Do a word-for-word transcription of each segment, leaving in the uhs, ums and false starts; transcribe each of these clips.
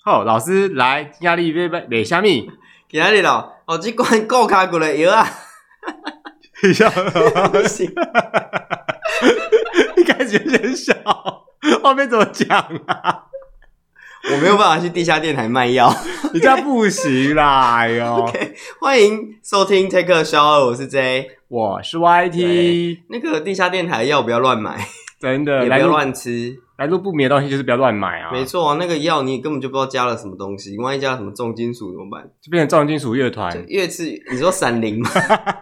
好，老师来，今仔日要卖啥物？ 今仔日咯，哦，这罐顾脚骨的药啊， 笑，一开始就先笑，后面怎么讲啊？ 我没有办法去地下电台卖药， 你这样不行啦！哎呦 ，OK， 欢迎收听 Take a Shower， 我是 J， 我是 Y T。 那个地下电台药不要乱买， 真的， 也不要乱吃。 来路不明的东西就是不要乱买啊！ 没错啊，那个药你根本就不知道加了什么东西，万一加了什么重金属怎么办？ 就变成重金属乐团， 越吃你说闪灵吗？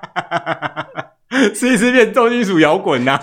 吃一吃变重金属摇滚呐！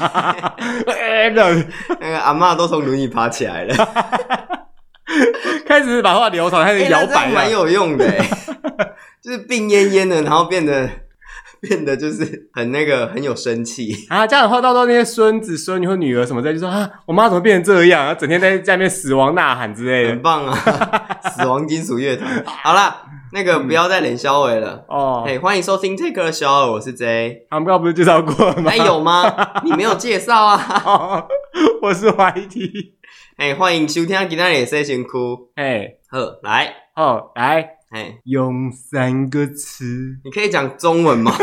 那个阿嬷都从轮椅爬起来了， 开始把话流传，开始摇摆， 蛮有用的欸，就是病恹恹的，然后变得。变得就是很那个很有生气啊！这样的话，到时候那些孙子、孙女或女儿什么之类，就说啊，我妈怎么变成这样？然后整天在下面死亡呐喊之类的， 很棒啊！死亡金属乐团。好啦，那个不要再脸消委了哦。嘿，欢迎收听 Take a Shower， 我是 J。 他们刚刚不是介绍过了吗？ 哎，有吗？你没有介绍啊？ 哦、我是 Y T。 哎，欢迎收听今天的洗身躯。 哎， 好，来， 好来。 哎， 用三个词， 你可以讲中文吗？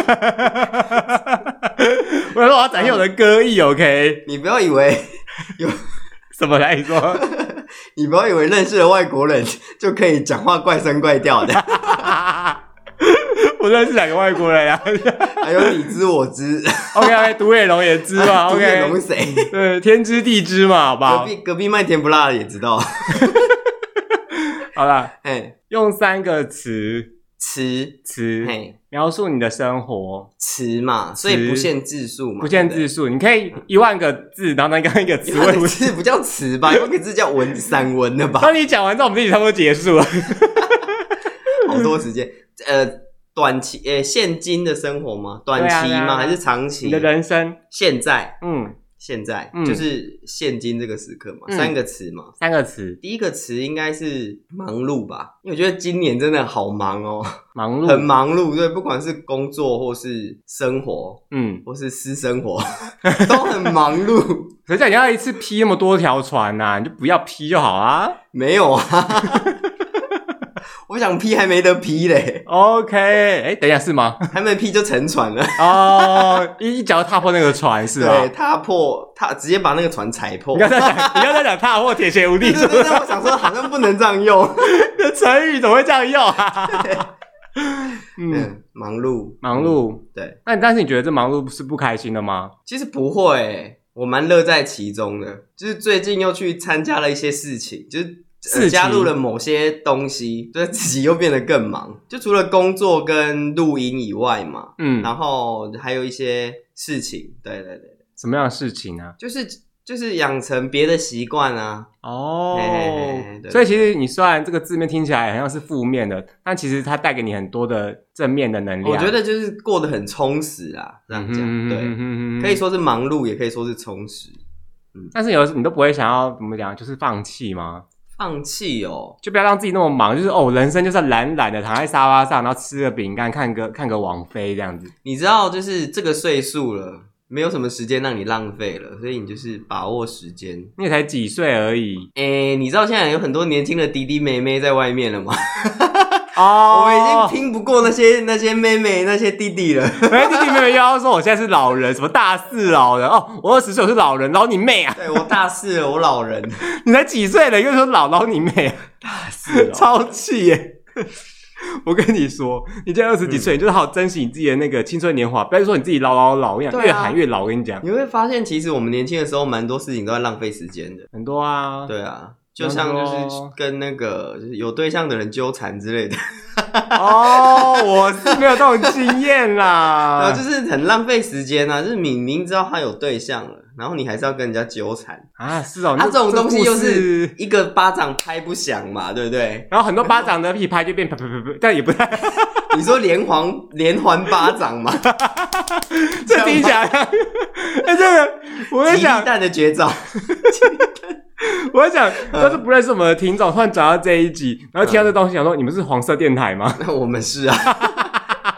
我说我要展现我的歌艺 ，OK？ 你不要以为有什么来说， 你不要以为认识了外国人就可以讲话怪声怪调的。 我认识两个外国人啊， 还有你知我知 ，OK， 独眼龙也知嘛 ，OK？ 独眼龙谁？ 对，天知地知嘛，好不好？ 隔壁隔壁卖甜不辣的也知道。 好啦， 哎， 用三个词词词描述你的生活， 词嘛，所以不限字数嘛， 不限字数，你可以一万个字，然后那个一个词， 一万个字不叫词吧？一万个字叫文散文的吧？ 当你讲完之后，我们这集差不多结束了， 好多时间，呃，短期呃现今的生活吗？短期吗？啊啊、还是长期？ 你的人生现在， 嗯。 现在、嗯、就是现今这个时刻嘛、嗯，三个词嘛， 三个词。 第一个词应该是忙碌吧，因为我觉得今年真的好忙哦， 忙碌， 很忙碌，对，不管是工作或是生活， 嗯， 或是私生活，都很忙碌。 可是你要一次劈那么多条船啊，你就不要劈就好啊。 没有啊。我想劈还没得劈嘞 ，OK， 哎、欸，等一下是吗？ 还没劈就沉船了哦，一脚踏破那个船是吧？ 对，踏破踏直接把那个船踩破。 你刚才讲，你刚才讲踏破铁鞋无敌， 对对对，我想说好像不能这样用， 这成语怎么会这样用啊？ 嗯, 嗯，忙碌， 忙碌、嗯， 对。 那但是你觉得这忙碌是不开心的吗？ 其实不会、欸，我蛮乐在其中的。就是最近又去参加了一些事情，就是。呃、加入了某些东西，对自己又变得更忙。就除了工作跟录音以外嘛，嗯，然后还有一些事情，对对对， 什么样的事情呢、啊？ 就是就是养成别的习惯啊。 哦， 嘿嘿嘿，对， 所以其实你虽然这个字面听起来好像是负面的，但其实它带给你很多的正面的能量。 我觉得就是过得很充实啊，这样讲、嗯，对、嗯，可以说是忙碌，也可以说是充实。 嗯，但是有的时候你都不会想要怎么讲，就是放弃吗？ 放弃哦， 就不要让自己那么忙，就是哦，人生就是懒懒的躺在沙发上，然后吃个饼干，看个看个网飞这样子。 你知道，就是这个岁数了，没有什么时间让你浪费了，所以你就是把握时间。 你也才几岁而已， 诶，你知道现在有很多年轻的弟弟妹妹在外面了吗？ 哦， 我们已经拼不过那些那些妹妹那些弟弟了。 那弟弟妹妹又要说我现在是老人，什么大四老人哦，我二十岁我是老人，老你妹啊！ 对，我大四了，我老人。 你才几岁了，又说老老你妹啊！ 大四了， 超气耶！我跟你说，你现在二十几岁、嗯，你就是好珍惜你自己的那个青春年华，不要说你自己老老老一样、啊，越喊越老。我跟你讲， 你会发现，其实我们年轻的时候，蛮多事情都在浪费时间的， 很多啊。 对啊。就像就是跟那个就是有对象的人纠缠之类的。 哦，我是没有这种经验啦。 然后就是很浪费时间啊，就是明明知道他有对象了，然后你还是要跟人家纠缠啊。是哦， 他、啊、这种东西又是一个巴掌拍不响嘛，对不对？ 然后很多巴掌的屁拍就变啪啪啪啪，但也不太。 你说连环连环巴掌嘛？ 这听起来，哎、欸，这个我在想鸡蛋的绝招。 我在想，要是不认识我们的听众，突然转到这一集，然后听到这东西，想说你们是黄色电台吗？ 那我们是啊。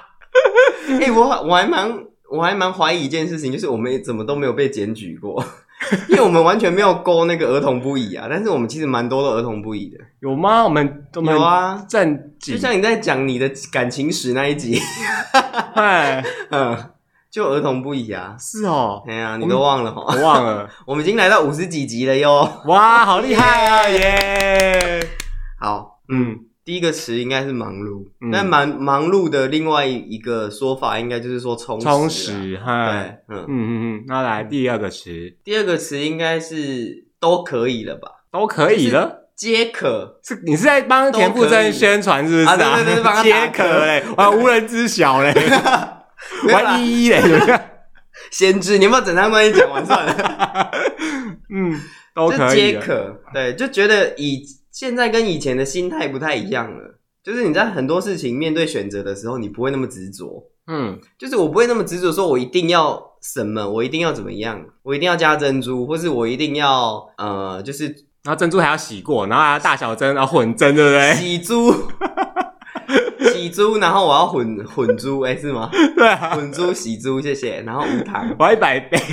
哎、欸，我我还蛮我还蛮怀疑一件事情，就是我们怎么都没有被检举过。 因为我们完全没有勾那个儿童不宜啊，但是我们其实蛮多的儿童不宜的。 有吗？我们我们有啊， 正经， 就像你在讲你的感情史那一集， 哎， 嗯，就儿童不宜啊。 是哦， 哎呀，你都忘了哈？ 我忘了， 我们已经来到五十几集了哟。 哇，好厉害啊，耶！ 好， 嗯， 第一个词应该是忙碌， 嗯但忙忙碌的另外一个说法应该就是说充实啊。 充实，哈， 对，嗯嗯嗯嗯。那来第二个词， 第二个词应该是都可以了吧？ 都可以了。 皆可， 是你是在帮田馥甄宣传是不是啊？对对对，帮他皆打可嘞，啊，无人知晓嘞， 没有啦玩一一嘞，怎么样？ 先知，你有没有整趟关系讲完算了？ 嗯，都就可以了。 皆可，对，就觉得以现在跟以前的心态不太一样了。就是你在很多事情面对选择的时候，你不会那么执着。 嗯， 就是我不会那么执着，说我一定要什么，我一定要怎么样，我一定要加珍珠，或是我一定要呃，就是然后珍珠还要洗过，然后还要大小珍，然后混珍，对不对？ 洗珠，洗珠，然后我要混混珠，哎、欸，是吗？ 对啊， 混珠洗珠，谢谢。然后无糖， 我要一百倍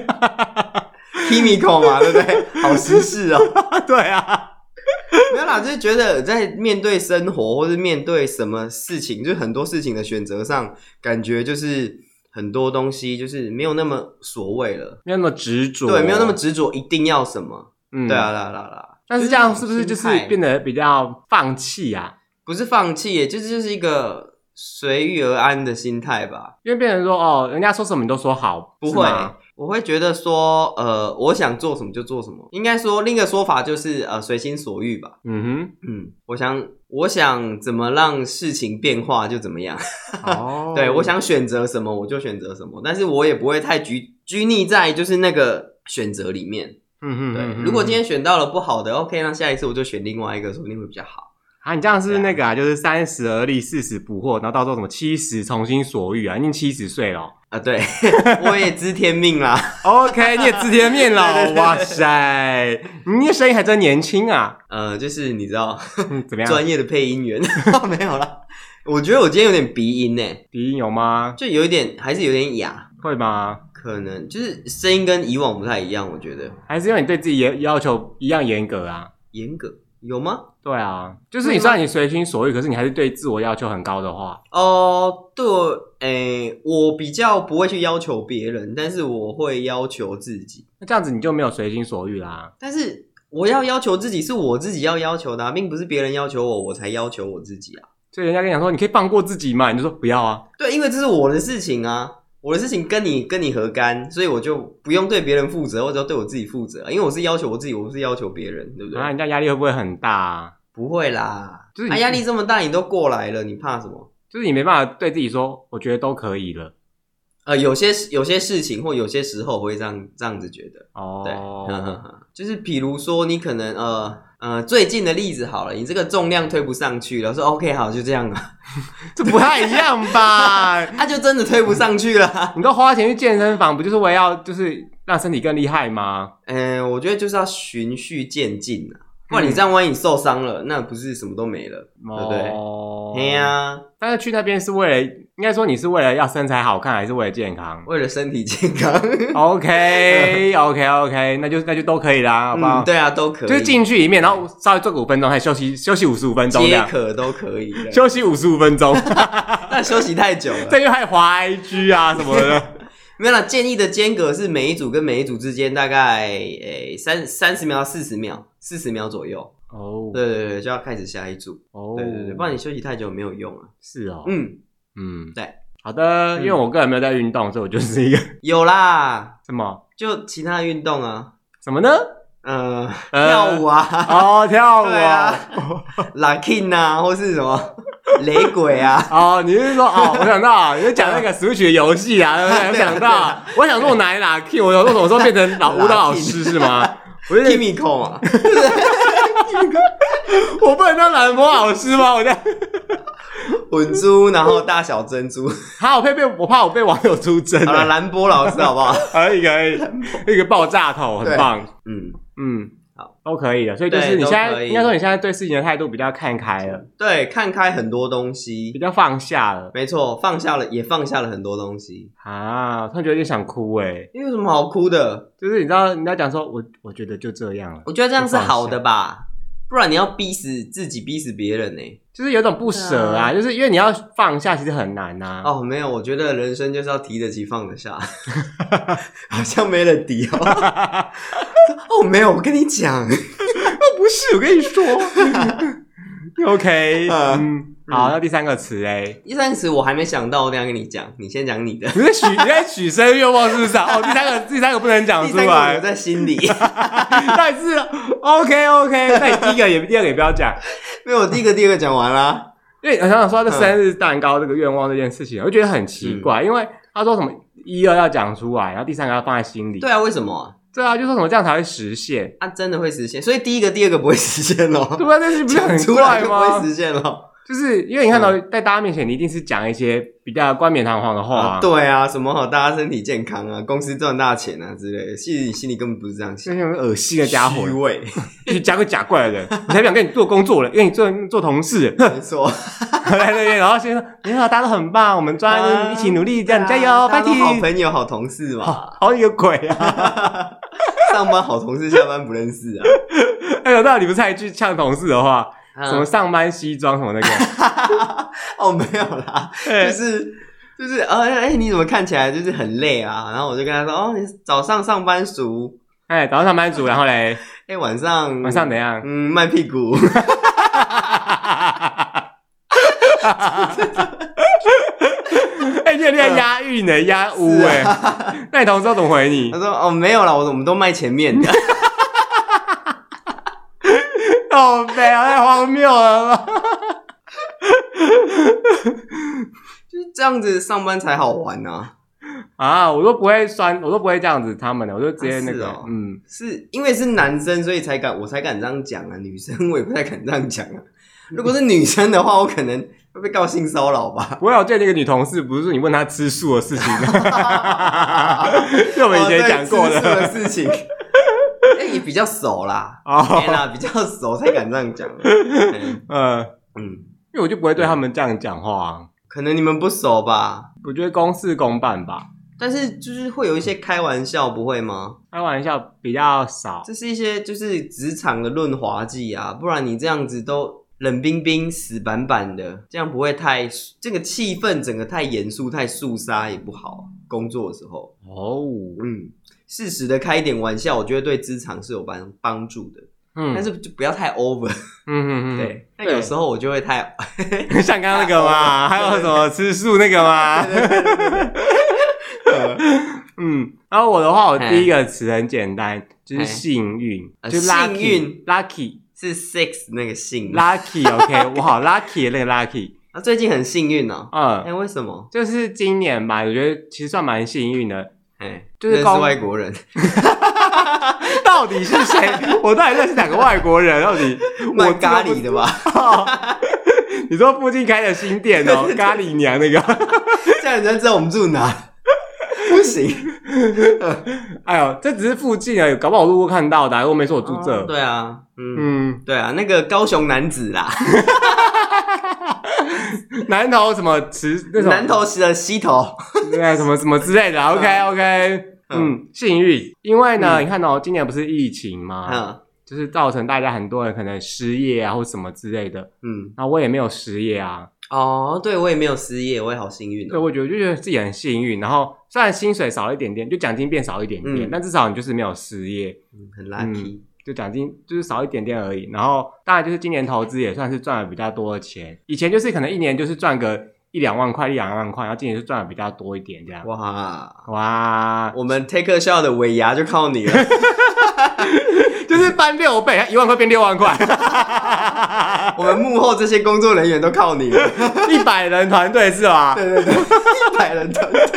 Kimiko 嘛，对不对？好时事哦。 对啊。 没有啦，就是觉得在面对生活或是面对什么事情，就是很多事情的选择上，感觉就是很多东西就是没有那么所谓了， 没有那么执着， 对，没有那么执着一定要什么， 嗯， 对啊，啦啦啦。 但是这样是不是就是变得比较放弃啊？ 不是放弃耶，就是就是一个随遇而安的心态吧。 因为变成说哦，人家说什么你都说好， 不会，我会觉得说，呃，我想做什么就做什么。应该说另一个说法就是呃，随心所欲吧。 嗯哼， 嗯，我想我想怎么让事情变化就怎么样。 哦， 对，我想选择什么我就选择什么，但是我也不会太拘拘泥在就是那个选择里面。 嗯哼， 对， 嗯哼， 如果今天选到了不好的 ，OK， 那下一次我就选另外一个，说不定会比较好。 啊，你这样是那个啊，就是三十而立，四十不惑，然后到时候什么七十从心所欲啊，已经七十岁了、哦、 啊，对，我也知天命啦。 OK， 你也知天命了， 对对对哇塞，你的声音还真年轻啊。 呃，就是你知道， 嗯、怎么样？ 专业的配音员没有啦。我觉得我今天有点鼻音呢， 鼻音有吗？ 就有一点，还是有点哑， 会吗？ 可能就是声音跟以往不太一样，我觉得。 还是因为你对自己也要求一样严格啊？ 严格有吗？ 对啊，就是你虽然你随心所欲，可是你还是对自我要求很高的话。 哦，对，诶，我比较不会去要求别人，但是我会要求自己。 那这样子你就没有随心所欲啦。 但是我要要求自己，是我自己要要求的、啊，并不是别人要求我，我才要求我自己啊。 所以人家跟你讲说，你可以放过自己嘛，你就说不要啊。 对，因为这是我的事情啊，我的事情跟你跟你何干，所以我就不用对别人负责，我只要对我自己负责、啊。因为我是要求我自己，我不是要求别人，对不对？ 啊，人家压力会不会很大啊？ 不会啦， 就是啊，压力这么大，你都过来了，你怕什么？ 就是你没办法对自己说，我觉得都可以了。 呃，有些有些事情或有些时候我会这样这样子觉得。 哦， 对，呵呵呵，就是比如说你可能呃呃最近的例子好了，你这个重量推不上去了，说 OK 好就这样了， 这不太一样吧？ 他、啊、就真的推不上去了。 你都花钱去健身房，不就是为了要就是让身体更厉害吗？ 嗯、呃，我觉得就是要循序渐进啊。不然你这样万一你受伤了，那不是什么都没了， 哦、 对不对？嘿呀， 但是去那边是为了，应该说你是为了要身材好看，还是为了健康？ 为了身体健康。 OK OK OK， 那就那就都可以啦，好不好？ 嗯、对啊，都可以。 就是进去里面，然后稍微做个五分钟，还休息休息五十五分钟， 皆可都可以。 休息五十五分钟， 那休息太久了。 这又还滑 I G 啊什么的。 没有啦，建议的间隔是每一组跟每一组之间大概诶三三十秒到四十秒，四十秒左右。 哦、oh. 对对对，就要开始下一组。哦、oh. 对对对，不然你休息太久没有用啊。 是哦。 嗯嗯， 对。 好的，因为我个人没有在运动，所以我就是一个有啦。 什么？ 就其他运动啊。 什么呢？ 呃，呃跳舞啊。 哦，跳舞啊。 Locking 啊，或是什么雷鬼啊。 哦，你是说哦？我想到你是讲那个 Switch 的游戏啊，对不对？我想到，我想说我哪里 Locking， 我说什么时候变成老舞蹈老师是吗？ 我是 Kimiko 啊。 我不能当蓝波老师吗？我在混珠，然后大小珍珠。 好，我怕被我怕我被网友出征。 好了，蓝波老师好不好？ 可以可以，一个爆炸头，很棒。 嗯嗯， 好。 都可以的。所以就是你现在应该说你现在对事情的态度比较看开了， 对，看开很多东西， 比较放下了。 没错，放下了也放下了很多东西啊！突然觉得有点想哭哎、欸， 因为有什么好哭的？ 就是你知道你在讲说我我觉得就这样了， 我觉得这样是好的吧，不然你要逼死自己，逼死别人呢、欸。 就是有种不舍啊，就是因为你要放下，其实很难啊。 哦，没有，我觉得人生就是要提得起放得下，好像没人敌哦。哦，没有，我跟你讲，哦， 不是，我跟你说。OK， 嗯，好，那第三个词诶， 第三个词我还没想到，我等一下跟你讲，你先讲你的。 你在许你在许生愿望是不是啊？哦，第三个第三个不能讲出来，第三个我在心里。 但是 OK OK， 那你第一个也第二个也不要讲。 没有，我第一个第二个讲完啦。 因为我想想说这生日蛋糕这个愿望这件事情，我就觉得很奇怪，嗯、因为他说什么一二要讲出来，然后第三个要放在心里。 对啊，为什么？ 对啊，就说什么这样才会实现啊，真的会实现，所以第一个、第二个不会实现哦。 对啊，这是不是很怪吗？ 不会实现咯。 就是因为你看到在大家面前，你一定是讲一些比较冠冕堂皇的话、啊啊。对啊，什么好大家身体健康啊，公司赚大钱啊之类的，其实你心里根本不是这样想。 那种恶心的家伙， 虚伪， 一直假鬼假怪的人，我才不想跟你做工作了，跟你做做同事。 没错， 对对对，然后先说你好，大家都很棒，我们专门一起努力，这样、啊、加油，拜拜。 好朋友、好同事嘛， 好, 好一个鬼啊！ 上班好同事，下班不认识啊。 哎呦，那你不是还去呛同事的话？什么上班西装什么那个？ 哦，没有啦，就是就是呃，哎、欸，你怎么看起来就是很累啊？然后我就跟他说，哦，你早上上班族， 哎、欸，早上上班族，然后嘞， 哎、欸，晚上晚上怎样？ 嗯，卖屁股。 哎、欸，你很厉害押韵呢，押乌哎。啊、那你同事怎么回你？ 他说，哦，没有啦，我我们都卖前面的。 好悲啊，太荒谬了吧！ 就是这样子上班才好玩啊！ 啊，我都不会酸，我都不会这样子他们的，我就直接那个， 啊哦、 嗯， 是因为是男生，所以才敢，我才敢这样讲啊。女生我也不太敢这样讲啊。如果是女生的话，我可能会被告性骚扰吧。 不会，我记得那个女同事不是说你问她吃素的事情吗？就我们以前讲过的、 哦、吃素的事情。欸、也比较熟啦，哦、欸，啦，比较熟才敢这样讲。嗯嗯，因为我就不会对他们这样讲话、啊。 可能你们不熟吧？ 我觉得公事公办吧。 但是就是会有一些开玩笑，不会吗？ 开玩笑比较少。 这是一些就是职场的润滑剂啊，不然你这样子都冷冰冰、死板板的，这样不会太这个气氛整个太严肃、太肃杀也不好。工作的时候， 哦， 嗯。适时的开一点玩笑，我觉得对职场是有帮帮助的。嗯，但是就不要太 over。嗯嗯嗯，对。那有时候我就会太像刚刚那个嘛，还有什么吃素那个嘛。对对对对对嗯，然后我的话，我第一个词很简单，就是幸运，就 lucky, 幸运 lucky 是 six 那个幸 lucky OK， 我好 lucky 的那个 lucky。 啊，最近很幸运哦。嗯，哎、欸，为什么？ 就是今年吧，我觉得其实算蛮幸运的。 哎， 就是认识外国人， 到底是谁？我到底认识哪个外国人？到底卖咖喱的吧？ 你说附近开的新店哦，咖喱娘那个， 这样人家知道我们住哪？不行。 哎呦，这只是附近而已，搞不好我路过看到的、啊，我没说我住这、 哦。对啊，嗯嗯，对啊，那个高雄男子啦。 南投什么池那种南投的溪头， 对啊，什么什么之类的。OK OK， 嗯，幸运，因为呢，嗯、你看哦，今年不是疫情吗？嗯，就是造成大家很多人可能失业啊，或什么之类的。嗯，然后我也没有失业啊。 哦，对，我也没有失业，我也好幸运、哦。 对，我觉得就觉得自己很幸运。然后虽然薪水少了一点点，就奖金变少一点点，嗯、但至少你就是没有失业， 嗯，很 lucky。嗯就奖金就是少一点点而已，然后当然就是今年投资也算是赚了比较多的钱，以前就是可能一年就是赚个一两万块一两万块，然后今年就赚了比较多一点这样。 哇哇， 我们 Take Shot 的尾牙就靠你了。 就是翻六倍，一万块变六万块。 我们幕后这些工作人员都靠你了。 一百人团队是吧？ 对对对，一百人团队。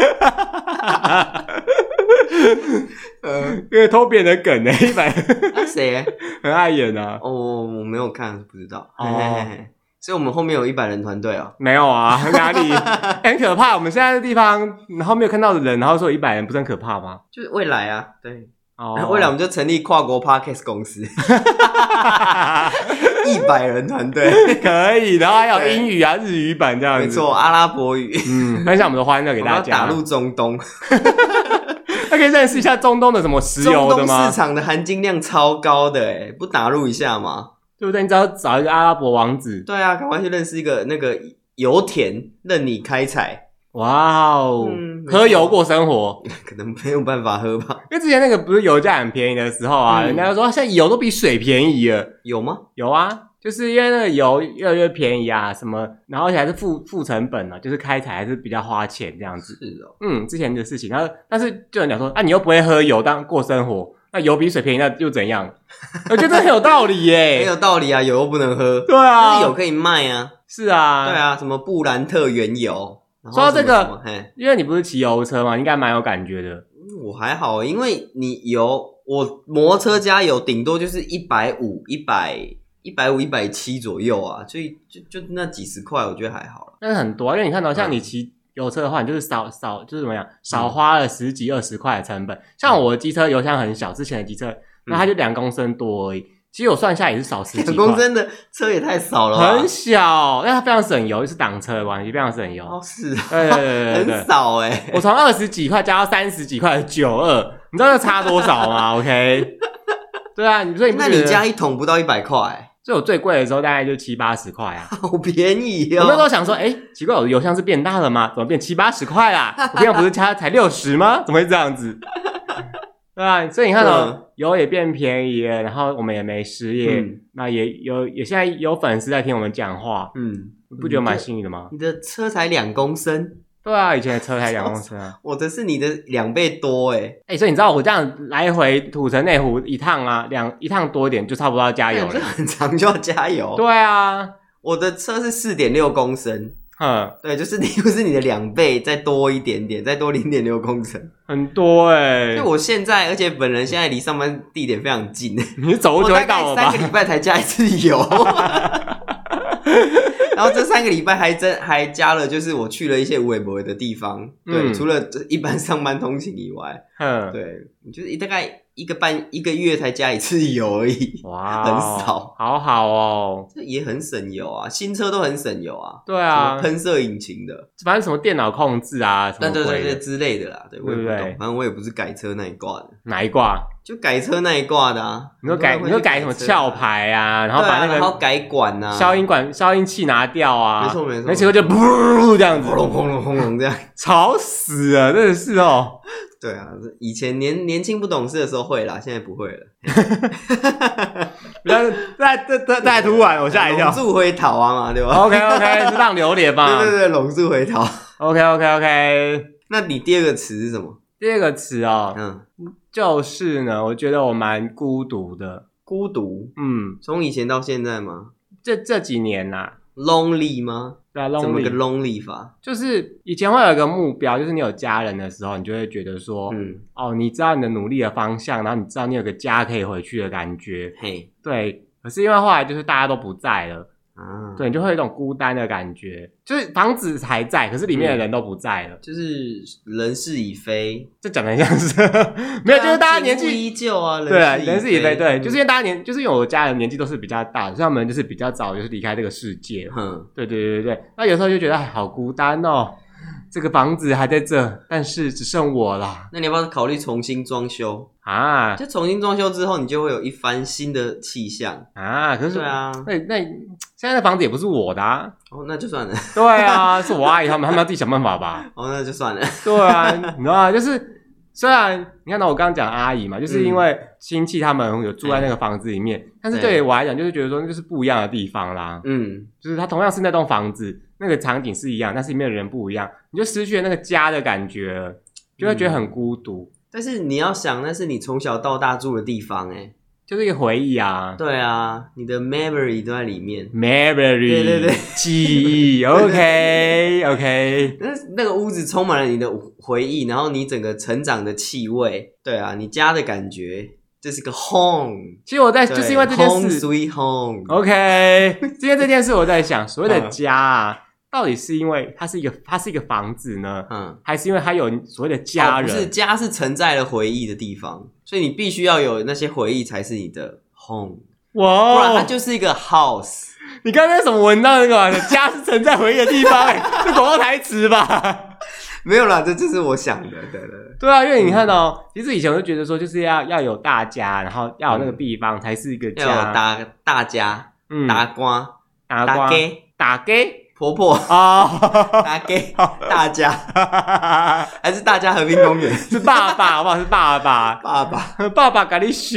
呃，因为偷别人的梗呢，一百啊谁很爱演啊？ 哦，我没有看，不知道。哦，嘿嘿嘿，所以我们后面有一百人团队哦。 没有啊，哪里？很可怕。我们现在的地方，然后没有看到的人，然后说一百人，不是很可怕吗？ 就是未来啊，对。 哦，未来我们就成立跨国 Podcast 公司，一百人团队可以，然后还有英语啊、日语版这样子， 没错，阿拉伯语， 嗯，分享我们的欢乐给大家， 打入中东。 那可以认识一下中东的什么石油的吗？ 中东市场的含金量超高的诶，不打入一下吗？ 对不对？你只要找一个阿拉伯王子， 对啊，赶快去认识一个那个油田，任你开采。 哇哦、嗯，喝油过生活， 可能没有办法喝吧？ 因为之前那个不是油价很便宜的时候啊，嗯、人家就说现在油都比水便宜了， 有吗？ 有啊。就是因为那个油越来越便宜啊，什么，然后而且还是负负成本啊，就是开采还是比较花钱这样子。 是哦， 嗯，之前的事情，然后但是就有人讲说，啊，你又不会喝油当过生活，那油比水便宜，那又怎样？我觉得很有道理耶， 很有道理啊，油又不能喝， 对啊， 但是油可以卖啊， 是啊， 对啊，什么布兰特原油。 说到这个，因为你不是骑油车嘛，应该蛮有感觉的。 我还好，因为你油，我摩托车加油顶多就是一百五、一百。一百五、一百七左右啊，所以就就那几十块，我觉得还好了。 但是很多、啊，因为你看到像你骑油车的话，你就是少少就是怎么样，少花了十几二十块的成本。像我的机车油箱很小，之前的机车，那它就两公升多而已。其实我算下也是少十几块。 两公升的车也太少了吧？ 很小，但它非常省油，就是挡车的关系，非常省油。 哦，是、啊， 对对对对对， 很少哎、欸。 我从二十几块加到三十几块的九二，你知道那差多少吗 ？OK。对啊，你说你那你加一桶不到一百块、欸。 所以我最贵的时候大概就七八十块啊， 好便宜哦！ 我那时候想说，哎、欸，奇怪，我的油箱是变大了吗？怎么变七八十块啦？我平常不是加才六十吗？怎么会这样子？对啊，所以你看到、嗯、油也变便宜了，然后我们也没失业，嗯、那也有也现在有粉丝在听我们讲话，嗯，你不觉得蛮幸运的吗？ 你的车才两公升。 对啊，以前的车才两公升啊， 我的是你的两倍多诶、欸。 哎、欸，所以你知道我这样来回土城内湖一趟啊，两一趟多一点就差不多要加油了， 很长就要加油。 对啊， 我的车是 四点六公升，嗯，对，就是你不是你的两倍，再多一点点，再多 零点六公升， 很多诶、欸。 就我现在，而且本人现在离上班地点非常近， 你走路就会到了吧？ 我大概三个礼拜才加一次油。然后这三个礼拜还真还加了，就是我去了一些无微博的地方，对，嗯、除了一般上班通勤以外，嗯，对，就是大概一个半一个月才加一次油而已，哇，很少， 好好哦， 这也很省油啊，新车都很省油啊， 对啊， 喷射引擎的， 反正什么电脑控制啊，什么对对对之类的啦，对，我也不懂， 对对反正我也不是改车那一挂的， 哪一挂？ 就改车那一挂的啊， 你说改，你说改什么壳牌啊，然后把那个、 啊、然后改管啊， 消音管、消音器拿掉啊， 没错没错， 那结果就噗这样子， 轰隆轰隆轰隆这样， 吵死了，真的是哦。 对啊，以前年年轻不懂事的时候会啦，现在不会了。 再再再再突然，我吓一跳。 拢住回头啊嘛，对吧 ？OK OK， 是让榴莲嘛？ 对对对，拢住回头。 OK OK OK， 那你第二个词是什么？ 第二个词哦，嗯，就是呢，我觉得我蛮孤独的。 孤独，嗯，从以前到现在吗？ 这这几年呐、啊、 ，lonely 吗？ 对啊 ，lonely， 怎么个 lonely 法？ 就是以前会有一个目标，就是你有家人的时候，你就会觉得说，嗯，哦，你知道你的努力的方向，然后你知道你有个家可以回去的感觉，嘿，对。可是因为后来就是大家都不在了。啊，对，你就会有一种孤单的感觉，就是房子还在，可是里面的人都不在了，嗯、 就是人事已非， 这讲得像是没有，就是大家年纪依旧啊， 对，人事已非，对，嗯、就是因为大家年，就是因为我家人年纪都是比较大的，所以他们就是比较早就是离开这个世界，嗯，对对对对对，那有时候就觉得哎，好孤单哦。这个房子还在这，但是只剩我啦。 那你要不要考虑重新装修啊？ 就重新装修之后，你就会有一番新的气象啊。可是对啊， 那那现在的房子也不是我的啊。 哦，那就算了。 对啊，是我阿姨他们，他们要自己想办法吧。 哦，那就算了。 对啊，你知道吗？就是虽然你看到我刚刚讲阿姨嘛，就是因为亲戚他们有住在那个房子里面，嗯、但是对我来讲，就是觉得说那就是不一样的地方啦。嗯，就是它同样是那栋房子。那个场景是一样，但是里面的人不一样，你就失去了那个家的感觉了，就会觉得很孤独、嗯。 但是你要想，那是你从小到大住的地方、欸，哎， 就是一个回忆啊。 对啊，你的 memory 都在里面。 memory， 对对对，记忆。OK OK， 那那个屋子充满了你的回忆，然后你整个成长的气味，对啊，你家的感觉。这是个 home， 其实我在就是因为这件事 ，home sweet home。OK， 今天这件事我在想，所谓的家啊，到底是因为它是一个它是一个房子呢，嗯，还是因为它有所谓的家人？ 哦、不是，家是承载了回忆的地方， 所以你必须要有那些回忆才是你的 home， 哇， 不然它就是一个 house。 你刚才什么文章那个嘛？家是存在回忆的地方、欸，哎，是广告台词吧？ 没有啦，这就是我想的，对对对。 对啊，因为你看哦、嗯，其实以前我就觉得说，就是要要有大家，然后要有那个地方才是一个家， 要有大大家，嗯，打瓜打瓜打给婆婆啊， 打给大家，还是大家和平公园？ 是爸爸好不好？是爸爸， 爸爸， 爸爸给你秀，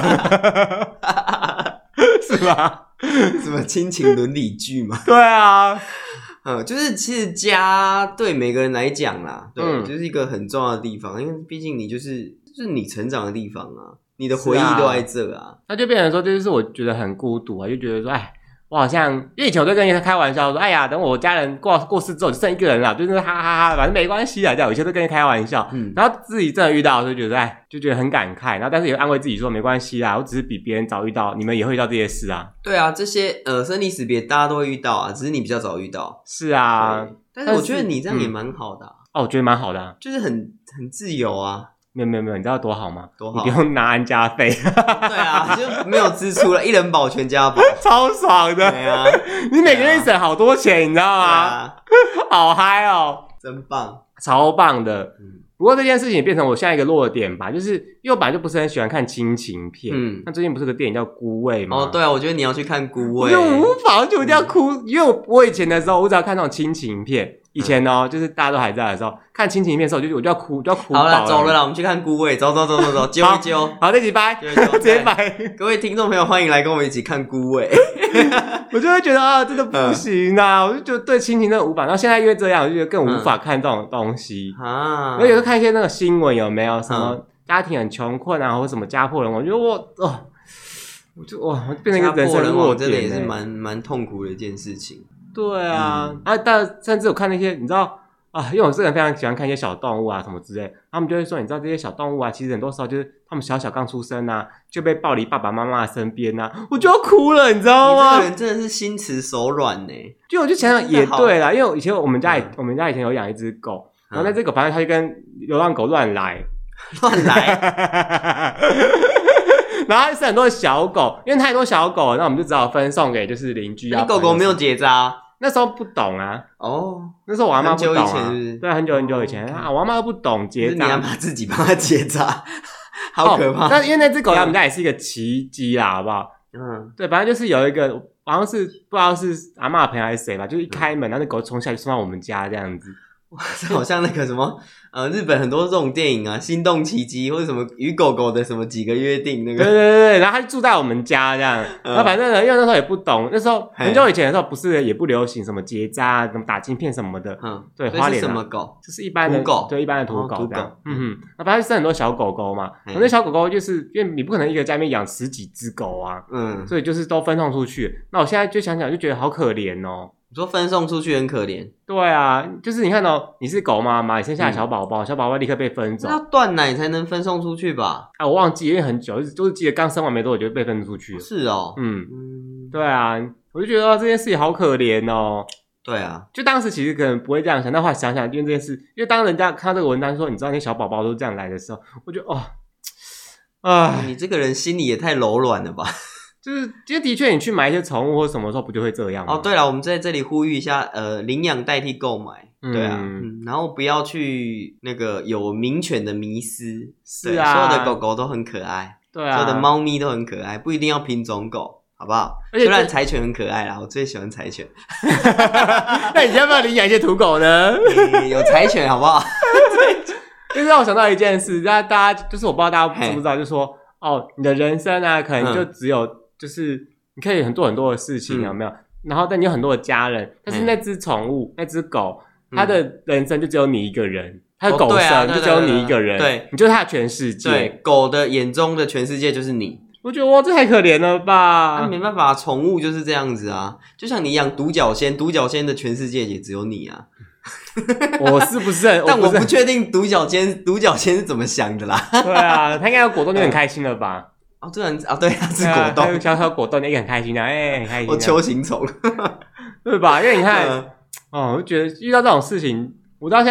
是吧？ 什么亲情伦理剧嘛？ 对啊。 嗯，就是其实家对每个人来讲啦，对、嗯，就是一个很重要的地方，因为毕竟你就是就是你成长的地方啊，你的回忆都在这啊， 那、啊、就变成说，这就是我觉得很孤独啊，就觉得说，哎，我好像因为以前我都跟人家开玩笑说，哎呀，等我家人过过世之后就剩一个人了，就是哈哈哈，反正没关系啦，这样，以前都跟人开玩笑，嗯，然后自己真的遇到，就觉得哎，就觉得很感慨，然后但是也安慰自己说，没关系啦，我只是比别人早遇到，你们也会遇到这些事啊。 对啊，这些呃生离死别大家都会遇到啊，只是你比较早遇到。 是啊， 但是我觉得你这样也蛮好的、啊嗯、哦，我觉得蛮好的、啊， 就是很很自由啊。 没有没有没有，你知道多好吗？ 多好， 你不用拿安家费。 对啊，就没有支出了，一人保全家保， 超爽的。 对啊， 你每个月省好多钱，你知道吗？啊、好嗨哦， 真棒， 超棒的。嗯，不过这件事情也变成我下一个弱点吧，就是因为我本来就不是很喜欢看亲情片。嗯，那最近不是个电影叫《孤味》吗？ 哦，对啊，我觉得你要去看《孤味》， 我无法就一定要哭，嗯、因为我我以前的时候，我只要看那种亲情片。以前哦、喔，就是大家都还在的时候，看亲情片的时候，我就我就要哭，就要哭。 好了，走了啦，我们去看《孤味》，走走走走走，揪一揪。 好，这集拜，直接拜。 各位听众朋友，欢迎来跟我们一起看《孤味》。 我就会觉得啊，真的不行啊！嗯、我就觉得对亲情真的无法。然后现在因为这样，我就觉得更无法看这种东西啊。因为有时候看一些那个新闻，有没有什么家庭很穷困啊，或者什么家破人亡，我觉得我哦，我就哇，变成一个人生弱点、欸， 真的也是蛮蛮痛苦的一件事情。 对啊，嗯、啊，但甚至我看那些，你知道啊，因为我这个人非常喜欢看一些小动物啊什么之类，他们就会说，你知道这些小动物啊，其实很多时候就是他们小小刚出生啊，就被抱离爸爸妈妈的身边啊，我就要哭了，你知道吗？ 你这个人真的是心慈手软呢。 就我就想想也对啦，因为以前我们家、嗯、我们家以前有养一只狗，然后那只狗反正它就跟流浪狗乱来， 乱来。 然后是很多小狗，因为太多小狗了，那我们就只好分送给就是邻居啊。 你狗狗没有结扎？ 那时候不懂啊。 哦， 那时候我阿嬷不懂啊。 很久以前是不是？ 对，很久很久以前、哦、啊，我阿嬷都不懂结扎。 你阿嬷自己帮它结扎，好可怕。 哦、但因为那只狗在我们家也是一个奇迹啦，好不好？嗯，对，反正就是有一个，好像是不知道是阿嬷的朋友还是谁吧，就是一开门，然后那狗冲下去送到我们家这样子。 哇，这好像那个什么呃，日本很多这种电影啊，《心动奇迹》或者什么与狗狗的什么几个约定那个。 对对对，然后他就住在我们家这样。嗯、然后反正呢，因为那时候也不懂，那时候很久以前的时候，不是也不流行什么结扎、什么打晶片什么的。嗯，对，花莲、啊、 是什么狗？ 就是一般的土狗， 对，一般的土狗这样。 哦、 嗯哼，那反正是很多小狗狗嘛。那小狗狗就是因为你不可能一个家里面养十几只狗啊，嗯，所以就是都分送出去。那我现在就想想就觉得好可怜哦。 你说分送出去很可怜？ 对啊，就是你看哦，你是狗妈妈，你生下来小宝宝，嗯、小宝宝立刻被分走， 要断奶才能分送出去吧？ 啊，我忘记，因为很久，就是记得刚生完没多久就被分出去了。 是哦， 嗯嗯，对啊，我就觉得这件事情好可怜哦。 对啊， 就当时其实可能不会这样想，但后来想想，因为这件事，因为当人家看到这个文章说，你知道那些小宝宝都这样来的时候，我觉得哦， 啊，你这个人心里也太柔软了吧。 就是，其实的确，你去买一些宠物或什么时候不就会这样吗？ 哦，对了，我们在这里呼吁一下，呃，领养代替购买，嗯、对啊、嗯，然后不要去那个有名犬的迷思， 是啊， 所有的狗狗都很可爱， 对啊， 所有的猫咪都很可爱，不一定要品种狗，好不好？虽然柴犬很可爱啦，我最喜欢柴犬。 那你要不要领养一些土狗呢？ 欸、有柴犬好不好？ 就是让我想到一件事，大家大家就是我不知道大家知不知道，就是说哦，你的人生啊，可能就只有、嗯。就是你可以很做很多的事情，有没有？嗯、然后但你有很多的家人，但是那只宠物、嗯、那只狗，它的人生就只有你一个人，它的狗生就只有你一个人， 哦、对， 你就是它的全世界。 对，狗的眼中的全世界就是你。 我觉得哇，这太可怜了吧！ 那、啊、没办法，宠物就是这样子啊，就像你养独角仙，独角仙的全世界也只有你啊。 我是不是很？ 但我不确定独角仙独角仙是怎么想的啦。 对啊，他应该有果冻就很开心了吧？ 哦，这人啊，对，他是果冻， 还有小小果冻，那个很开心的，哎、欸，很开心。 我秋行虫， 对吧？因为你看，嗯、哦，我就觉得遇到这种事情，我到现在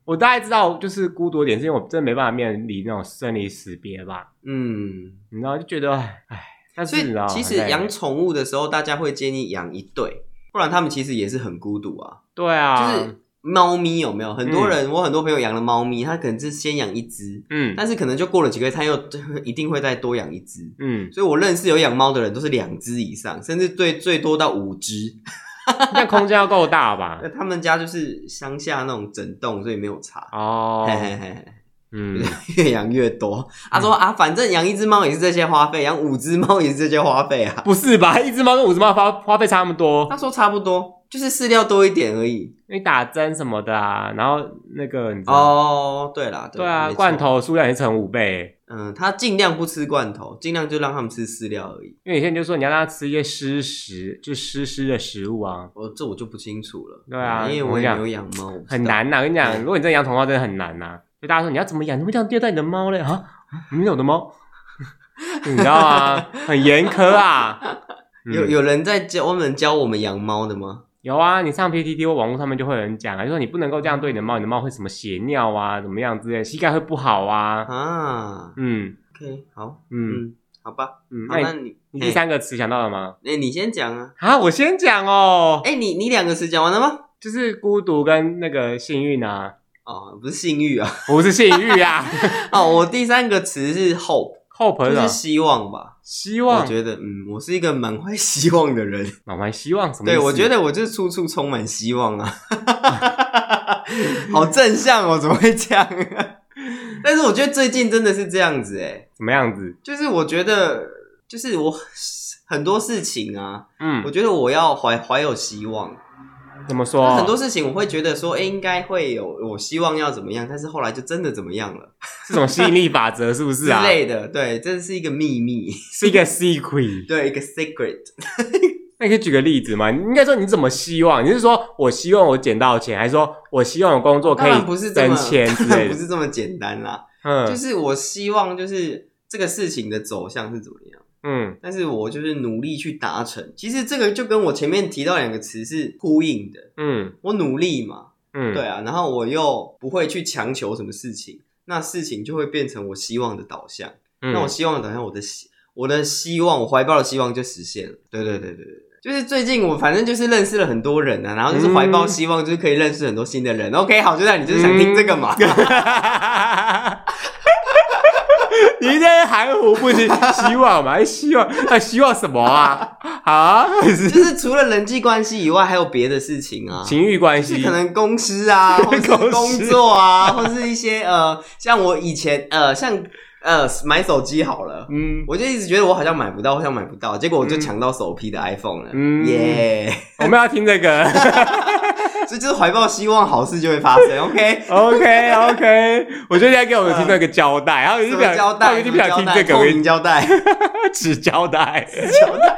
我大概知道就是孤独的点，是因为我真的没办法面临那种生离死别吧。嗯，你知道就觉得唉，但是所以其实养宠物的时候，大家会建议养一对，不然他们其实也是很孤独啊。 对啊， 就是猫咪有没有？很多人，嗯、我很多朋友养了猫咪，他可能是先养一只，嗯，但是可能就过了几个月，他又一定会再多养一只，嗯，所以我认识有养猫的人都是两只以上，甚至最最多到五只。 那空间要够大吧？ 他们家就是乡下那种整栋，所以没有差哦。嘿嘿嘿，嗯，越养越多。他说、嗯、啊，反正养一只猫也是这些花费，养五只猫也是这些花费啊。 不是吧？一只猫跟五只猫花花费差那么多？ 他说差不多，就是饲料多一点而已。 你打针什么的啊，然后那个你知道哦，对啦， 对啊，罐头数量也是乘五倍。 嗯，他尽量不吃罐头，尽量就让他们吃饲料而已。 因为有些人就说你要让他吃一些湿食，就湿湿的食物啊。 我、哦、这我就不清楚了。 对啊， 因为我也没有养猫， 很难呐、啊。我跟你讲，如果你真的养宠物，真的很难呐、啊。所以大家说你要怎么养？你会这样虐待你的猫嘞？啊，你们有的猫，你知道吗？很严苛啊。 嗯、有有人在教我们教我们养猫的吗？ 有啊，你上 P T T 或网络上面就会有人讲啊，就说你不能够这样对你的猫，你的猫会什么血尿啊，怎么样之类的，膝盖会不好啊。啊， 嗯 ，OK， 好，嗯，嗯好吧， 嗯，好，那你你第三个词想到了吗？ 哎、欸，你先讲啊。 啊，我先讲哦。 哎、欸，你你两个词讲完了吗？ 就是孤独跟那个幸运啊。 哦，不是性欲啊， 不是性欲啊。 哦，我第三个词是 hope。hope 就是希望吧， 希望。 我觉得，嗯，我是一个满怀希望的人。 满怀希望什么意思？ 对，我觉得我就是处处充满希望啊。好正向哦，怎么会这样？但是我觉得最近真的是这样子哎。 什么样子？ 就是我觉得，就是我很多事情啊，嗯，我觉得我要怀怀有希望。 怎么说？ 很多事情我会觉得说，哎、欸，应该会有，我希望要怎么样，但是后来就真的怎么样了。 这种吸引力法则是不是啊？ 之类的，对，这是一个秘密， 是一个 secret， 对，一个 secret。 那你可以举个例子吗？应该说你怎么希望？你是说我希望我捡到钱，还是说我希望我工作可以挣钱之类的？ 不是这么简单啦。嗯，就是我希望，就是这个事情的走向是怎么样。嗯，但是我就是努力去达成。其实这个就跟我前面提到两个词是呼应的。嗯，我努力嘛，嗯，对啊，然后我又不会去强求什么事情，那事情就会变成我希望的导向。嗯、那我希望的导向，我的希我的希望，我怀抱的希望就实现了。对对对对对，就是最近我反正就是认识了很多人啊，然后就是怀抱希望，就是可以认识很多新的人。嗯、OK， 好，就这样，你就是想听这个嘛？嗯你现在含糊不清，希望嘛？希望，那希望什么啊？啊， 就是除了人际关系以外，还有别的事情啊， 情欲关系， 就是可能公司啊，或是工作啊，或是一些呃，像我以前呃，像呃买手机好了，嗯，我就一直觉得我好像买不到，好像买不到，结果我就抢到首批的 iPhone 了，嗯，耶、yeah ！ 我们要听这个。 所以就是怀抱希望，好事就会发生。OK OK OK， 我觉得你要给我们听那个胶带，然后什么胶带？ 我一定不想听这个透明胶带、 纸胶带、 纸胶带。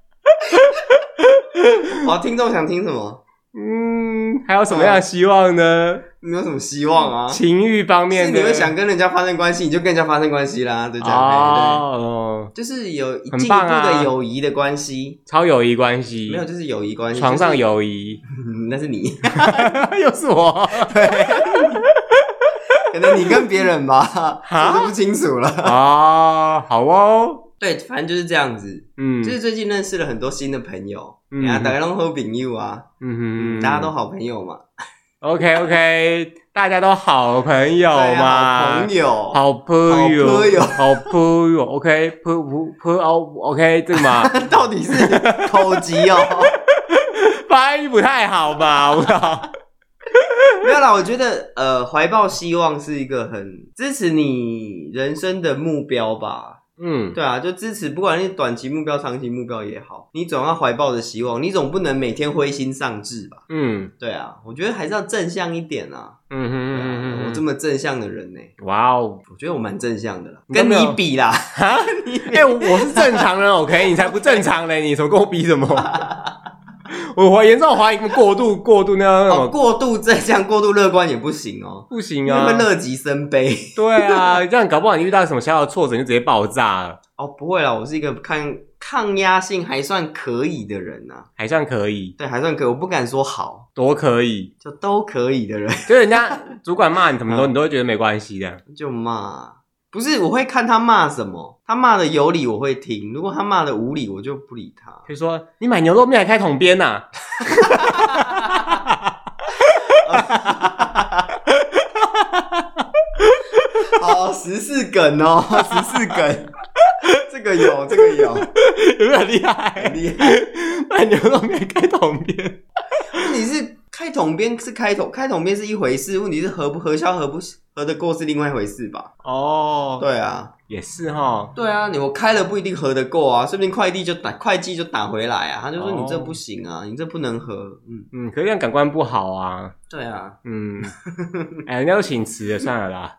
好，听众想听什么？ 嗯，还有什么样的希望呢？ 没有什么希望啊。 情欲方面的， 是你会想跟人家发生关系，你就跟人家发生关系啦，对这样。哦，对，就是有进一步的友谊的关系， 超友谊关系。 没有，就是友谊关系， 床上友谊。 那是你， 又是我。 对，可能你跟别人吧，我就不清楚了。 啊，好哦。 对，反正就是这样子。嗯，就是最近认识了很多新的朋友，嗯，大家都好朋友啊，嗯哼，大家都好朋友嘛。 OK OK， 大家都好朋友嘛， 好朋友， 好朋友，好朋友 ，OK， 朋朋朋友 ，OK， 这个嘛， 到底是口疾哦， 发音不太好吧？我靠。 没有啦，我觉得呃，怀抱希望是一个很支持你人生的目标吧。嗯，对啊，就支持，不管是短期目标、长期目标也好，你总要怀抱着希望，你总不能每天灰心丧志吧？嗯，对啊，我觉得还是要正向一点啊。嗯哼嗯哼、啊，我这么正向的人呢、欸，哇哦，我觉得我蛮正向的啦，跟你比啦。 哈，哎、欸，我是正常人 ，OK， 你才不正常嘞，你怎么跟我比什么？我严重怀疑过度过度那样、 哦、过度正向、过度乐观也不行哦， 不行啊， 因为乐极生悲。 对啊，这样搞不好你遇到什么小小的挫折，你就直接爆炸了。 哦，不会啦，我是一个抗抗压性还算可以的人啊， 还算可以， 对，还算可以，我不敢说好， 多可以， 就都可以的人， 就人家主管骂你什么都，你都会觉得没关系的， 就骂，不是，我会看他骂什么，他骂的有理我会听，如果他骂的无理，我就不理他。 就说你买牛肉面还开统编呐？ 好，十四梗哦，十四梗，这个有，这个有， 有没有很厉害？ 很厉害， 买牛肉面开统编， 问题是开统编是开统，开统编是一回事，问题是合不合销合不合得过是另外一回事吧？ 哦， 对啊， 也是齁。 对啊，你我开了不一定合得过啊，说不定快递就打会计就打回来啊，他就说你这不行啊，哦、你这不能合，嗯嗯，可是这样感官不好啊。 对啊， 嗯，哎、欸，人家都请辞了，算了啦。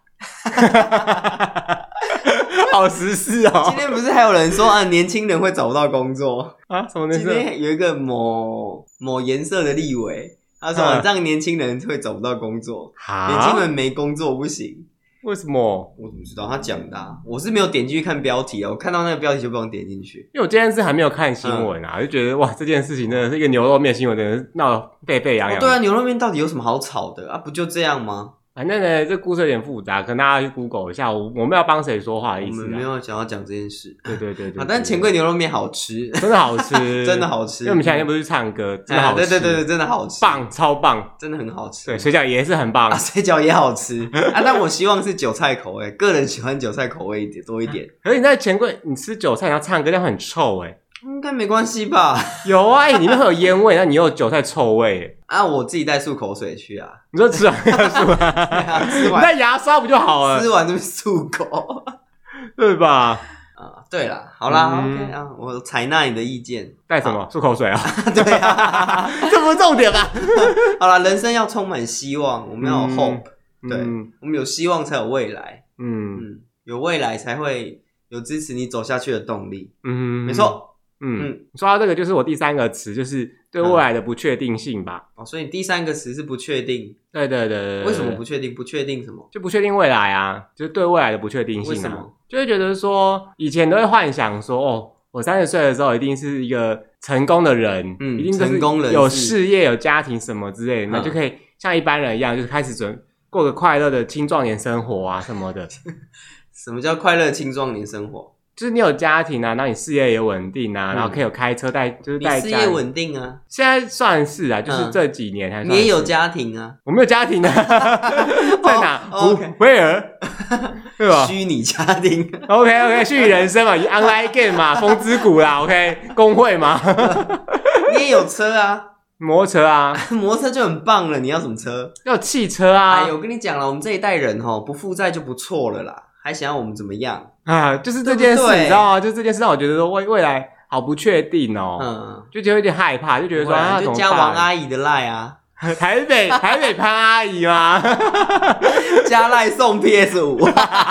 好时事哦！ 今天不是还有人说啊，年轻人会找不到工作啊？什么年轻人？今天有一个某某颜色的立委，他说、啊、这样年轻人会找不到工作，年轻人没工作不行。 为什么？ 我怎么知道他讲的、啊？我是没有点进去看标题啊，我看到那个标题就不用点进去。 因为我今天是还没有看新闻啊，嗯、就觉得哇，这件事情真的是一个牛肉面新闻，真的是闹得沸沸扬扬、 哦。对啊，牛肉面到底有什么好吵的啊？不就这样吗？ 反正呢，这故事有点复杂，可能大家去 Google 一下。我我们要帮谁说话的意思、啊？ 我们没有想要讲这件事。 对对对 对, 對, 對。 啊，但钱柜牛肉面好吃， 真的好吃， 真的好吃。 因为我们前两天不是去唱歌，真的好吃。 啊、对对对对，真的好吃， 棒，超棒， 真的很好吃。 对，水饺也是很棒， 啊，水饺也好吃啊。但我希望是韭菜口味，个人喜欢韭菜口味一点多一点。 可是你在钱柜，你吃韭菜，你要唱歌，这样很臭哎、欸。 应该没关系吧？ 有啊，里面会有烟味，那你又有韭菜臭味啊！我自己带漱口水去啊。 你说吃完要漱啊？ 啊，吃完你带牙刷不就好了？ 吃完就漱口， 对吧？ 啊，对啦，好啦、 嗯、 ，OK 啊，我采纳你的意见。 带什么？漱口水啊？ 对啊， 这不是重点吧？ 好啦，人生要充满希望，我们要有 hope，、嗯、对、 嗯， 我们有希望才有未来， 嗯嗯，有未来才会有支持你走下去的动力， 嗯， 没错。 嗯，嗯说到这个，就是我第三个词，就是对未来的不确定性吧、 嗯。哦，所以第三个词是不确定。 对对对 对, 對。 为什么不确定？不确定什么？ 就不确定未来啊，就是对未来的不确定性啊。 为什么？ 就会觉得说，以前都会幻想说，哦，我三十岁的时候一定是一个成功的人， 嗯， 一定就是有事业、有家庭什么之类的，那、嗯、就可以像一般人一样，就是开始准过个快乐的青壮年生活啊什么的。 什么叫快乐青壮年生活？ 就是你有家庭啊，然后你事业也稳定啊、嗯，然后可以有开车带，就是带家。 你事业稳定啊？ 现在算是啊，就是这几年还算是、 嗯。你也有家庭啊？ 我没有家庭啊，在哪？ 哦、okay. 威尔，对吧？ 虚拟家庭。 OK OK， 虚拟人生嘛 ，online game 嘛，风之谷啦 ，OK， 工会嘛。 你也有车啊？ 摩托车啊， 摩托车就很棒了。你要什么车？ 要汽车啊！ 哎呦，我跟你讲了，我们这一代人齁，不负债就不错了啦。还想要我们怎么样啊？就是这件事，你知道吗？就这件事让我觉得说未未来好不确定哦，嗯，就觉得有点害怕，就觉得说啊， 就加王阿姨的赖啊， 台北台北潘阿姨吗？ 加赖送 P S 五，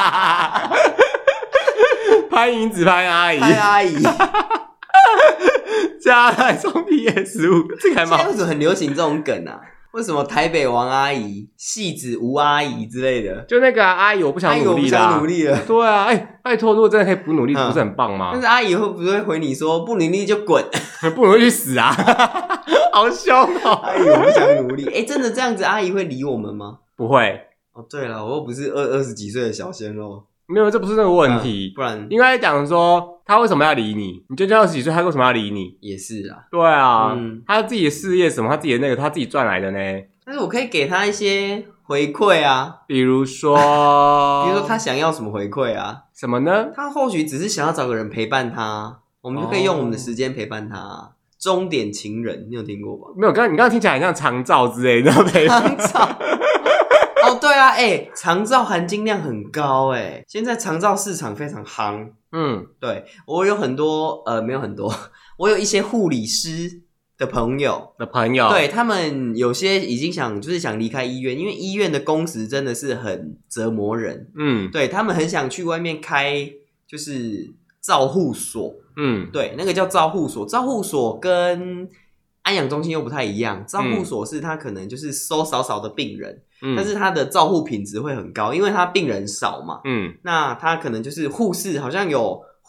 潘迎紫潘阿姨， 潘阿姨， 加赖送 P S 五，这个还蛮好。 为什么很流行这种梗啊？为什么台北王阿姨、戏子吴阿姨之类的？ 就那个、啊、阿姨，我不想努力啦、啊， 阿姨我不想努力了。 对啊，哎、欸，拜托，如果真的可以不努力，嗯、不是很棒吗？ 但是阿姨会不会回你说不努力就滚， 不努力去死啊？好凶哦！ 阿姨，我不想努力。哎、欸，真的这样子，阿姨会理我们吗？ 不会。 哦，对了，我又不是二二十几岁的小鲜肉。 没有，这不是那个问题， 嗯、不然应该讲说他为什么要理你？你就叫二十几岁，他为什么要理你？ 也是啊， 对啊， 嗯、 他自己的事业什么，他自己的那个，他自己賺來的呢。 但是我可以給他一些回饋啊， 比如說， 比如說他想要什麼回饋啊？ 什麼呢？ 他或許只是想要找個人陪伴他，我們就可以用我們的時間陪伴他、啊。終點情人，你有聽過吧？ 沒有，剛剛你剛剛聽起來很像長照之類的陪伴。 長照。哦，對啊，哎，長照含金量很高哎，現在長照市場非常夯。嗯，對，我有很多，呃，沒有很多，我有一些護理師的朋友的朋友， 對，他們有些已經想就是想離開醫院，因為醫院的工時真的是很折磨人。嗯，對，他們很想去外面開就是照護所。嗯，對，那個叫照護所，照護所跟安養中心又不太一樣，照護所是他可能就是收少少的病人。嗯，但是他的照護品質會很高，因為他病人少嘛。嗯，那他可能就是護士，好像有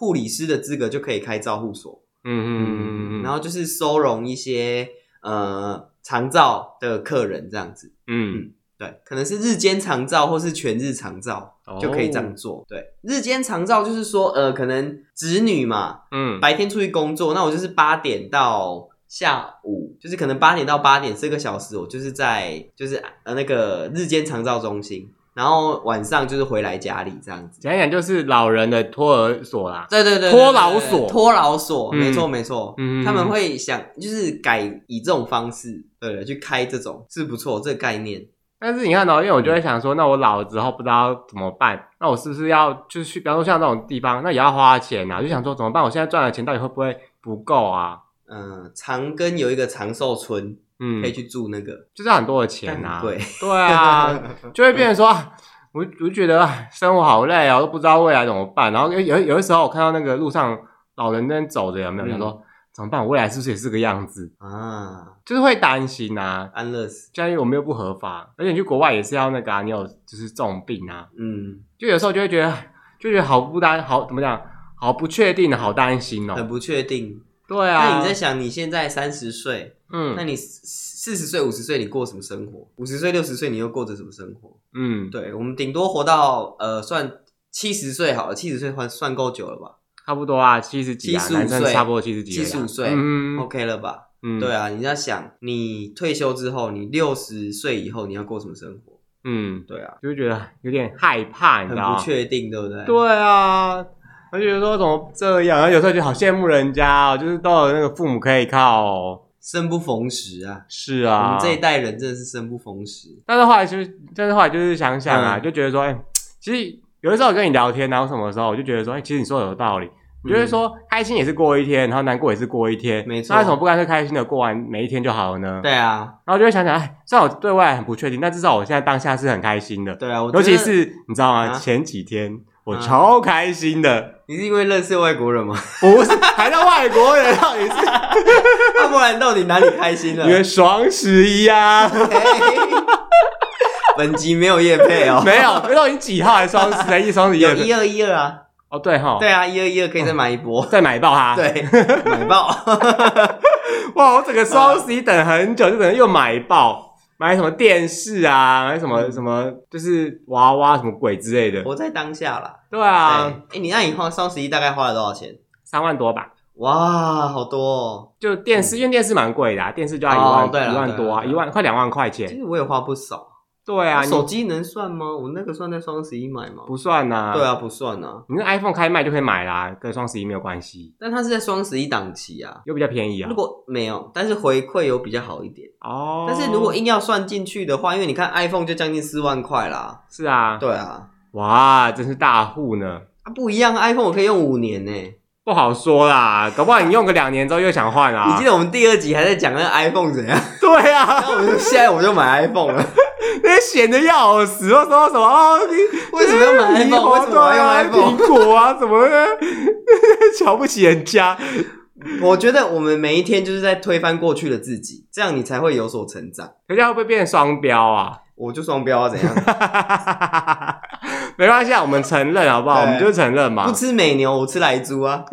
护理师的资格就可以开照护所。 嗯嗯嗯嗯， 然后就是收容一些呃长照的客人这样子。嗯。嗯对，可能是日间长照或是全日长照、哦、就可以这样做。对，日间长照就是说，呃，可能子女嘛，嗯，白天出去工作，那我就是八点到下午，就是可能八点到八点四个小时，我就是在就是呃那个日间长照中心，然后晚上就是回来家里这样子。 讲一讲就是老人的托儿所啦， 对对 对, 对, 对, 对，托老所， 托老所，没错没错，嗯，他们会想就是改以这种方式，对了，去开这种是不错这个概念。 但是你看哦，因为我就会想说，那我老了之后不知道怎么办，那我是不是要就是去，比方说像这种地方，那也要花钱啊？就想说怎么办？我现在赚的钱到底会不会不够啊？ 嗯、呃，长庚有一个长寿村，嗯，可以去住那个， 就是很多的钱啊， 对对啊，就会变成说，我我就觉得生活好累啊，我都不知道未来怎么办。然后有有有的时候我看到那个路上老人在那走着，有没有、嗯、想说？怎么办？我未来是不是也是个样子啊？就是会担心啊， 安乐死。 现在我们又不合法，而且你去国外也是要那个啊，你有就是重病啊，嗯，就有时候就会觉得，就觉得好不担，好怎么讲，好不确定，好担心哦， 很不确定。 对啊， 那你在想，你现在三十岁，嗯，那你四十岁、五十岁，你过什么生活？五十岁、六十岁，你又过着什么生活？嗯，对，我们顶多活到呃，算七十岁好了，七十岁算算够久了吧？ 差不多啊，七十几啊，男生差不多七十几， 七十五岁，嗯 ，OK 了吧？嗯，对啊，你要想，你退休之后，你六十岁以后你要过什么生活？嗯，对啊， 就会觉得有点害怕，你知道吗？ 很不确定，对不对？ 对啊，我觉得说怎么这样，然后有时候就好羡慕人家哦，就是都有那个父母可以靠哦， 生不逢时啊。 是啊， 我们这一代人真的是生不逢时。 但是后来就是，但是后来就是想想啊，嗯、就觉得说，哎、欸，其实。有的时候我跟你聊天然后什么时候我就觉得说，哎、欸，其实你说的有道理。我觉得说开心也是过一天，然后难过也是过一天， 没错。 那为什么不干脆开心的过完每一天就好了呢？ 对啊。 然后就会想想，哎，虽然我对未来很不确定，但至少我现在当下是很开心的。 对啊，我尤其是你知道吗？啊、前几天我超开心的。啊、 你是因为认识外国人吗？ 不是，还是外国人，到底是？ 要不然到底哪里开心了？ 因为双十一啊。 本集没有业配哦， 没有，没有，你几號還是雙十一？雙十一有一二一二啊！ 哦，對齁， 對啊，一二一二可以再買一波， 哦、再買爆它， 對，買爆！ 哇，我整個雙十一等很久，就等又買爆，買什麼電視啊，買什麼、嗯、什麼，就是娃娃什麼鬼之類的。 活在當下啦。 對啊， 哎、欸，你那你花雙十一大概花了多少錢？ 三萬多吧。 哇，好多哦！ 就電視，嗯、因為電視蠻貴的、啊，電視就要一萬， 哦、對一萬多啊，一萬快兩萬塊錢。 其實我也花不少。 對啊， 手機能算嗎？我那個算在雙十一買嗎？ 不算啊。 對啊，不算啊。 你那 iPhone 開賣就可以買啦，跟雙十一沒有關係。 但它是在雙十一檔期啊， 又比較便宜啊。 如果沒有，但是回饋有比較好一點哦。但是如果硬要算進去的話，因為你看 iPhone 就將近四萬塊啦。 是啊。 對啊。 哇，真是大戶呢。 啊，不一樣 ，iPhone 我可以用五年呢。 不好說啦，搞不好你用個兩年之後又想換啊。 你記得我們第二集還在講那個 iPhone 怎樣？ 對啊。 然後我就現在我就買 iPhone 了。 那閒得要死，說說什麼哦？你為什麼要買 iPhone？為什麼要用 iPhone？ 蘋果啊，什麼的，瞧不起人家。 我覺得我們每一天就是在推翻過去的自己，這樣你才會有所成長。 人家會不會變雙標啊？ 我就雙標啊，怎樣？ 沒關係啊，我們承認好不好？我們就承認嘛。 不吃美牛，我吃萊豬啊。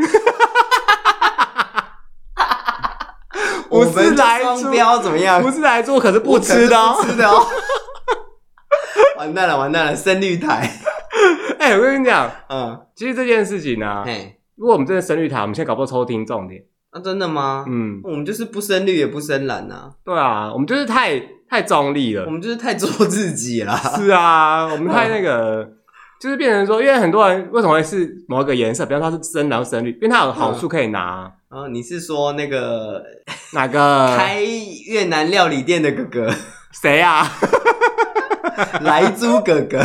不是萊豬， 雙標怎麼樣？ 不是萊豬，可是不吃的哦。 不吃的哦。完蛋了，完蛋了，深綠台。 哎、欸，我跟你講，嗯，其實這件事情呢、啊，如果我們真的深綠台，我們現在搞不好抽聽重點。 啊，真的嗎？嗯，我們就是不深綠也不深藍啊。 對啊，我們就是太太中立了， 我們就是太做自己啦。 是啊，我們太那個，就是變成說，因為很多人為什麼會是某一個顏色，比方說它是深藍或深綠，因為它有好處可以拿。 啊，你是說那個哪個開越南料理店的哥哥？ 誰啊？ 萊豬哥哥。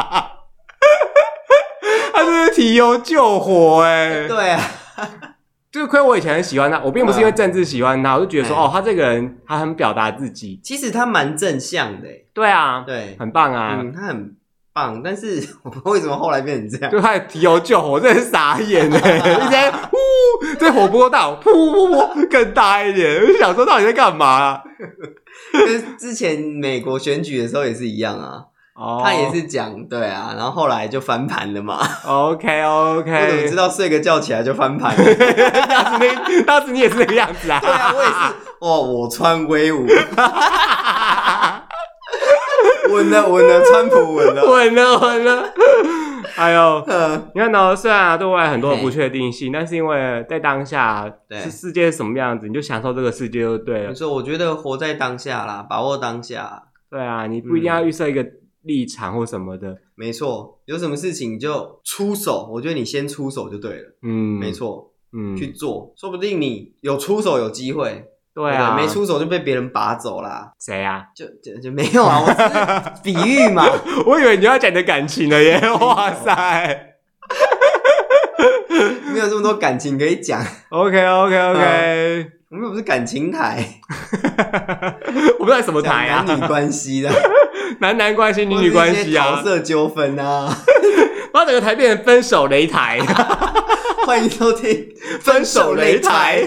他真是提油救火哎、欸！ 對啊， 就是虧我以前很喜歡他，我並不是因為政治喜歡他，我就覺得說、嗯、哦，他這個人他很表達自己， 其實他蠻正向的、欸。 對啊， 對， 很棒啊， 嗯，他很棒，但是我不知道為什麼後來變成這樣， 就他提油救火，真的是傻眼哎、欸！一直在呼，這火不夠大，噗噗噗更大一點，我就想說到底在幹嘛啊？ 跟之前美國選舉的時候也是一樣啊。 哦， 他也是讲对啊，然后后来就翻盘了嘛。 OK OK， 我怎么知道睡个觉起来就翻盘了？ 当时那当时你也是那个样子啊？ 对啊，我也是。哇，我穿威武。稳了稳了，川普稳了稳了稳了。哎呦，你看到虽然对未来很多的不确定性，但是因为在当下是世界是什么样子，你就享受这个世界就对了。 没错，我觉得活在当下啦，把握当下。 对啊，你不一定要预设一个立场或什么的。 嗯、没错，有什么事情就出手，我觉得你先出手就对了。嗯，没错，嗯，去做，说不定你有出手有机会。 对啊， 对，没出手就被别人拔走啦。 谁啊？ 就就就没有啊，我只是比喻嘛。 我以为你要讲你的感情了耶！哇塞， 没有这么多感情可以讲。 OK OK OK，、嗯、 我们又不是感情台， 我不知道什么台啊？ 男女关系的， 男男关系、女女关系啊， 桃色纠纷啊， 把整个台变成分手擂台。 欢迎收听分手擂台。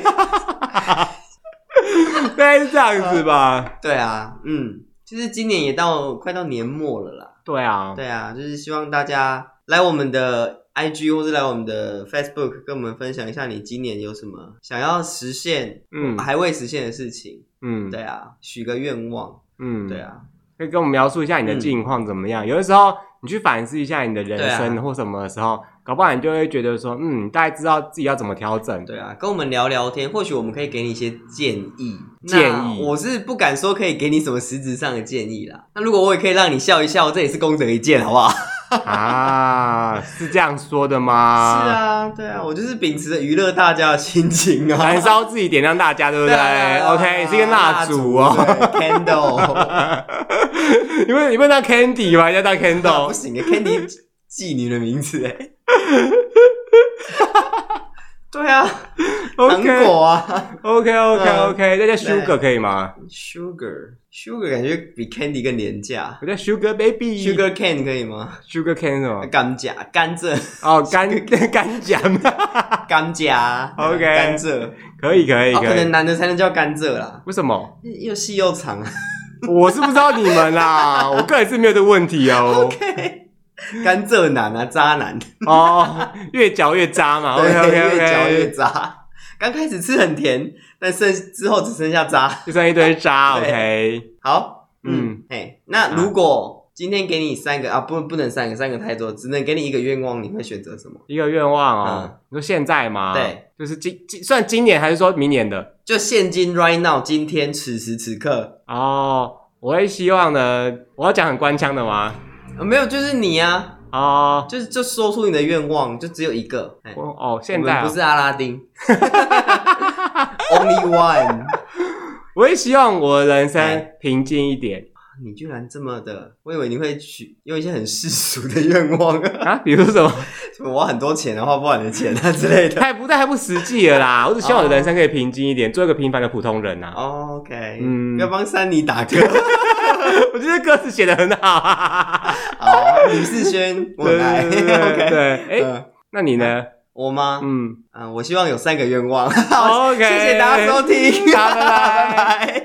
大概是这样子吧。 对啊，嗯，其实今年也到快到年末了啦。 对啊， 对啊，就是希望大家来我们的 I G 或是来我们的 Facebook 跟我们分享一下你今年有什么想要实现，嗯，还未实现的事情。嗯，对啊，许个愿望。嗯，对啊， 可以跟我们描述一下你的近况怎么样。嗯、有的时候你去反思一下你的人生或什么的时候。搞不好你就会觉得说，嗯，你大概知道自己要怎么调整。 对啊，跟我们聊聊天，或许我们可以给你一些建议。 建议， 我是不敢说可以给你什么实质上的建议啦。那如果我也可以让你笑一笑，这也是功德一件，好不好？ 啊，是这样说的吗？ 是啊，对啊，我就是秉持着娱乐大家的心情啊， 燃烧自己，点亮大家，对不对？对啊、OK， 你是一个蜡烛哦 ，Candle。 你不你不能当 Candy 吗？要当 Candle， 不行啊 ，Candy 妓女的名字哎。对啊，糖果啊 ，OK OK OK， 那叫 Sugar 可以吗 ？Sugar Sugar 感觉比 Candy 更廉价。 我叫 Sugar Baby。Sugar Cane 可以吗 ？Sugar Cane 是吗？ 甘蔗，甘蔗。 哦，甘甘蔗， 甘蔗。 OK， 甘蔗可以可以可以。 可能男的才能叫甘蔗啦。 为什么？ 又细又长啊。 我是不知道你们啦，我个人是没有这个问题哦。 OK。甘蔗男啊，渣男哦，越嚼越渣嘛。OK OK OK， 越嚼越渣。刚开始吃很甜，但剩之后只剩下渣， 就剩一堆渣。OK， 好，嗯，嘿，那如果今天给你三个啊，不不能三个，三个太多，只能给你一个愿望，你会选择什么？ 一个愿望哦，嗯、你说现在吗？ 对， 就是今今算今年还是说明年的？ 就现今 right now， 今天此时此刻。 哦，我会希望呢，我要讲很官腔的吗？ 呃、没有，就是你啊， 哦， 就是就说出你的愿望，就只有一个。 哦，现在、啊、 我们不是阿拉丁，Only one。 我会希望我的人生平静一点。 你居然这么的，我以为你会去用一些很世俗的愿望啊，比如什么， 我要很多钱啊，花不完的钱啊之类的， 太不太还不实际了啦。我只希望我的人生可以平静一点，做一个平凡的普通人啊。 Oh, OK， 嗯，要帮珊妮打歌， 我觉得歌词写得很好。 好，李世轩，我来。 对对对对，哎、欸，那你呢？ 我吗？ 嗯嗯，我希望有三个愿望。 好 ，OK， 谢谢大家收听， 拜拜。